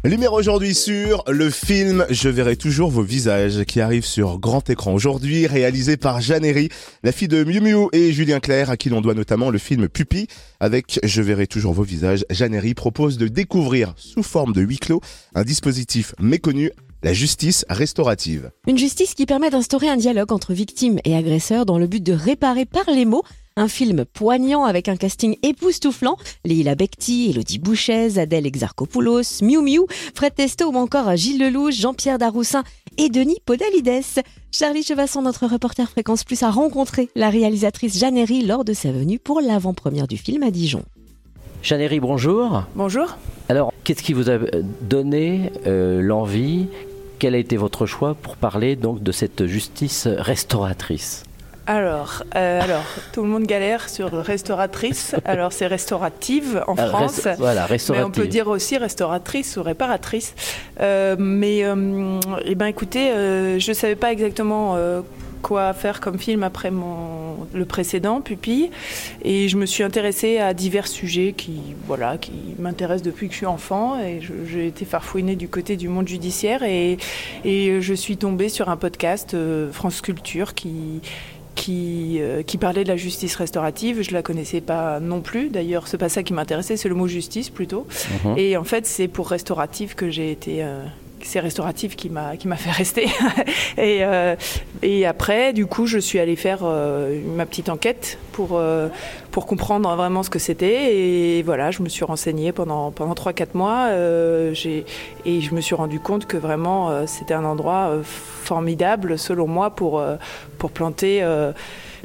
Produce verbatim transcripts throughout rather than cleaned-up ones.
Lumière aujourd'hui sur le film Je verrai toujours vos visages qui arrive sur grand écran aujourd'hui, réalisé par Jeanne Herry, la fille de Miu Miu et Julien Clerc, à qui l'on doit notamment le film Pupille. Avec Je verrai toujours vos visages, Jeanne Herry propose de découvrir sous forme de huis clos un dispositif méconnu, la justice restaurative. Une justice qui permet d'instaurer un dialogue entre victimes et agresseurs dans le but de réparer par les mots. Un film poignant avec un casting époustouflant. Leïla Bekti, Élodie Bouchez, Adèle Exarchopoulos, Miu Miu, Fred Testo ou encore Gilles Lelouch, Jean-Pierre Daroussin et Denis Podalides. Charlie Chevasson, notre reporter Fréquence Plus, a rencontré la réalisatrice Jeanne Herry lors de sa venue pour l'avant-première du film à Dijon. Jeanne Herry, bonjour. Bonjour. Alors, qu'est-ce qui vous a donné euh, l'envie, quel a été votre choix pour parler donc de cette justice restauratrice ? Alors, euh, alors, tout le monde galère sur restauratrice. Alors, c'est restaurative en Ah, France. resta- voilà, restaurative. Mais on peut dire aussi restauratrice ou réparatrice. Euh, mais, euh, eh ben, écoutez, euh, je ne savais pas exactement euh, quoi faire comme film après mon, le précédent, Pupille. Et je me suis intéressée à divers sujets qui, voilà, qui m'intéressent depuis que je suis enfant. Et je- j'ai été farfouinée du côté du monde judiciaire. Et, et je suis tombée sur un podcast, euh, France Culture, qui... Qui, euh, qui parlait de la justice restaurative. Je ne la connaissais pas non plus. D'ailleurs, ce n'est pas ça qui m'intéressait, c'est le mot justice plutôt. Mhm. Et en fait, c'est pour restaurative que j'ai été... Euh, c'est restaurative qui m'a, qui m'a fait rester. et, euh, et après, du coup, je suis allée faire euh, ma petite enquête pour, euh, pour comprendre vraiment ce que c'était. Et voilà, je me suis renseignée pendant, pendant trois quatre mois. Euh, j'ai, et je me suis rendu compte que vraiment, euh, c'était un endroit euh, formidable, selon moi, pour, euh, pour planter... Euh,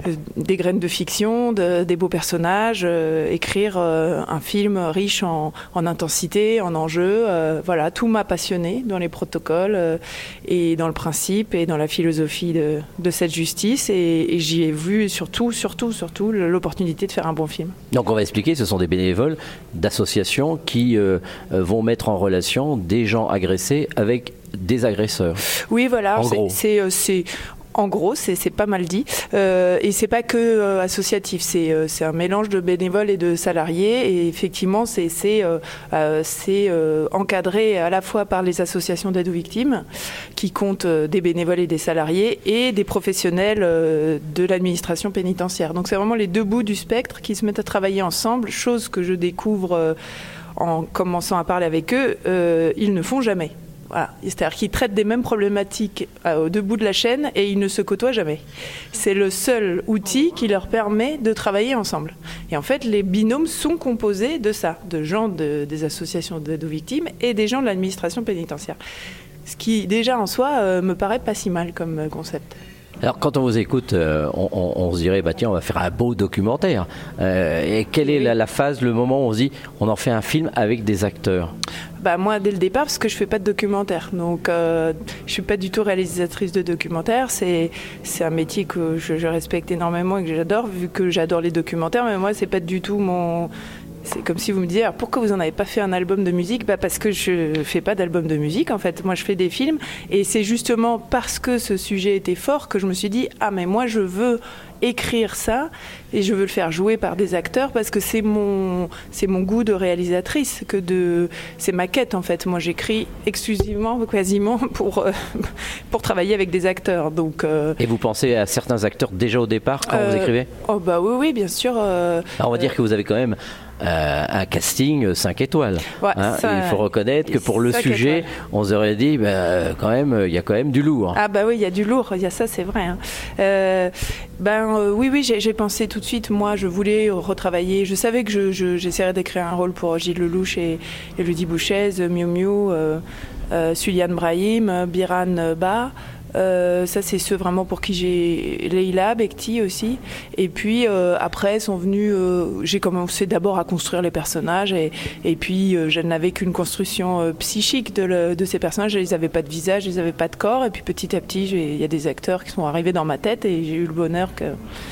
des graines de fiction, de, des beaux personnages, euh, écrire euh, un film riche en, en intensité, en enjeux. Euh, voilà, tout m'a passionné dans les protocoles euh, et dans le principe et dans la philosophie de, de cette justice. Et, et j'y ai vu surtout, surtout, surtout l'opportunité de faire un bon film. Donc on va expliquer, ce sont des bénévoles d'associations qui euh, euh, vont mettre en relation des gens agressés avec des agresseurs. Oui, voilà. En c'est, gros. c'est, euh, c'est- En gros, c'est, c'est pas mal dit. Euh, et c'est pas que euh, associatif, c'est, euh, c'est un mélange de bénévoles et de salariés. Et effectivement, c'est, c'est, euh, euh, c'est euh, encadré à la fois par les associations d'aide aux victimes, qui comptent euh, des bénévoles et des salariés, et des professionnels euh, de l'administration pénitentiaire. Donc c'est vraiment les deux bouts du spectre qui se mettent à travailler ensemble, chose que je découvre euh, en commençant à parler avec eux, euh, ils ne font jamais. Voilà. C'est-à-dire qu'ils traitent des mêmes problématiques euh, aux deux bouts de la chaîne et ils ne se côtoient jamais. C'est le seul outil qui leur permet de travailler ensemble. Et en fait, les binômes sont composés de ça, de gens de, des associations d'aide aux victimes et des gens de l'administration pénitentiaire. Ce qui, déjà en soi, euh, me paraît pas si mal comme euh, concept. Alors quand on vous écoute, euh, on, on- on se dirait, bah tiens, on va faire un beau documentaire. Euh, et quelle est la, la phase, le moment où on se dit, on en fait un film avec des acteurs ? Bah moi dès le départ parce que je fais pas de documentaire, donc euh, je suis pas du tout réalisatrice de documentaire. C'est c'est un métier que je, je respecte énormément et que j'adore vu que j'adore les documentaires. Mais moi c'est pas du tout mon. C'est comme si vous me disiez alors, pourquoi vous en avez pas fait un album de musique ? Bah parce que je fais pas d'album de musique en fait. Moi je fais des films et c'est justement parce que ce sujet était fort que je me suis dit ah mais moi je veux écrire ça et je veux le faire jouer par des acteurs parce que c'est mon c'est mon goût de réalisatrice que de c'est ma quête en fait. Moi j'écris exclusivement quasiment pour euh, pour travailler avec des acteurs donc euh, Et vous pensez à certains acteurs déjà au départ quand vous euh, écrivez ? oh bah oui oui bien sûr euh, Alors on va dire que vous avez quand même euh, un casting cinq étoiles. Ouais, Hein, ça- il faut reconnaître que pour le cinq sujet, étoiles. on se aurait dit, bah, quand même, il y a quand même du lourd. Ah bah oui, il y a du lourd, il y a ça, c'est vrai. Hein. Euh, ben euh, oui, oui, j'ai, j'ai pensé tout de suite. Moi, je voulais retravailler. Je savais que je, je, j'essaierais d'écrire un rôle pour Gilles Lelouch et Élodie Bouchez, Miu Miu, euh, euh, Suliane Brahim, Biran Ba. Euh, ça, c'est ceux vraiment pour qui j'ai Leïla Bekti aussi. Et puis euh, après sont venus. Euh, j'ai commencé d'abord à construire les personnages et, et puis euh, je n'avais qu'une construction euh, psychique de, le, de ces personnages. Ils n'avaient pas de visage, ils n'avaient pas de corps. Et puis petit à petit, j'ai- il y a des acteurs qui sont arrivés dans ma tête et j'ai eu le bonheur que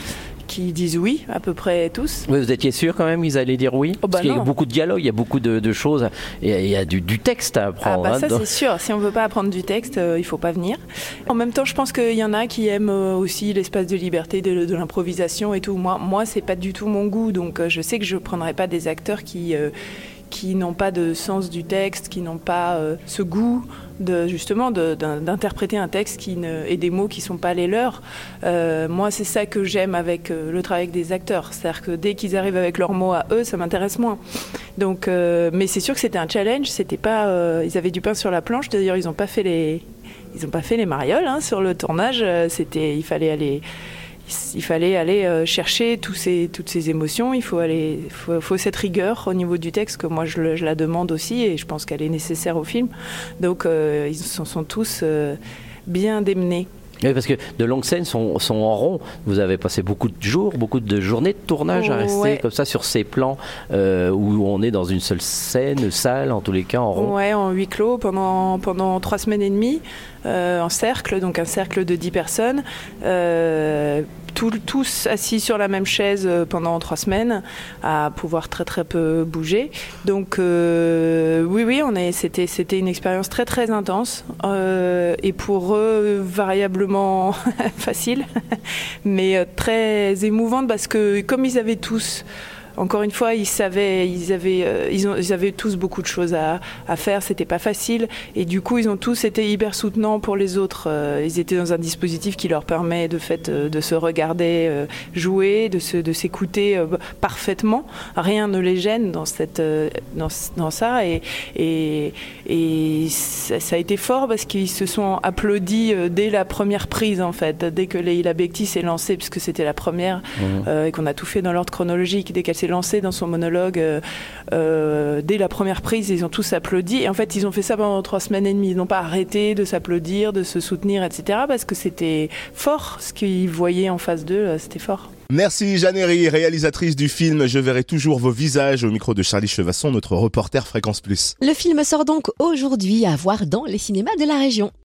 qui disent oui, à peu près tous. Oui, vous étiez sûr quand même qu'ils allaient dire oui ? Oh, bah Parce qu'il y a non. beaucoup de dialogues, il y a beaucoup de, de choses, et il y a du, du texte à Ah apprendre. bah hein, ça donc- c'est sûr, si on veut pas apprendre du texte, euh, il faut pas venir. En même temps, je pense qu'il y en a qui aiment euh, aussi l'espace de liberté, de, de l'improvisation et tout. Moi, moi c'est pas du tout mon goût, donc euh, je sais que je prendrai pas des acteurs qui... euh, qui n'ont pas de sens du texte, qui n'ont pas euh, ce goût de, justement de, d'un, d'interpréter un texte qui ne, et des mots qui ne sont pas les leurs. Euh, moi, c'est ça que j'aime avec euh, le travail des acteurs. C'est-à-dire que dès qu'ils arrivent avec leurs mots à eux, ça m'intéresse moins. Donc, euh, mais c'est sûr que c'était un challenge. C'était pas, euh, ils avaient du pain sur la planche. D'ailleurs, ils n'ont pas fait les, ils n'ont pas fait les marioles hein, sur le tournage. C'était, il fallait aller. Il fallait aller chercher tous ces, toutes ces émotions, il faut, aller, faut, faut cette rigueur au niveau du texte que moi je, je la demande aussi et je pense qu'elle est nécessaire au film. Donc euh, ils sont, sont tous euh, bien démenés. Oui, parce que de longues scènes sont, sont en rond. Vous avez passé beaucoup de jours, beaucoup de journées de tournage à rester ouais. comme ça sur ces plans euh, où on est dans une seule scène, salle, en tous les cas en rond. Ouais, en huis clos pendant, pendant trois semaines et demie, euh, en cercle, donc un cercle de dix personnes. Euh, Tout, tous assis sur la même chaise pendant trois semaines, à pouvoir très très peu bouger. Donc euh, oui, oui, on est, c'était, c'était une expérience très très intense euh, et pour eux variablement facile, mais très émouvante parce que comme ils avaient tous encore une fois, ils savaient, ils avaient, euh, ils, ont, ils avaient tous beaucoup de choses à, à faire. C'était pas facile, et du coup, ils ont tous été hyper soutenants pour les autres. Euh, ils étaient dans un dispositif qui leur permet de fait euh, de se regarder euh, jouer, de se, de s'écouter euh, parfaitement. Rien ne les gêne dans cette, euh, dans, dans ça, et, et, et ça, ça a été fort parce qu'ils se sont applaudis euh, dès la première prise en fait, dès que Leïla Bekti s'est lancée, puisque c'était la première mmh. euh, et qu'on a tout fait dans l'ordre chronologique. Dès qu'elle s'est lancé dans son monologue euh, euh, dès la première prise, ils ont tous applaudi et en fait ils ont fait ça pendant trois semaines et demie. Ils n'ont pas arrêté de s'applaudir, de se soutenir, et cetera parce que c'était fort ce qu'ils voyaient en face d'eux, c'était fort. Merci Jeanne Herry, réalisatrice du film Je verrai toujours vos visages, au micro de Charlie Chevasson, notre reporter Fréquence Plus. Le film sort donc aujourd'hui à voir dans les cinémas de la région.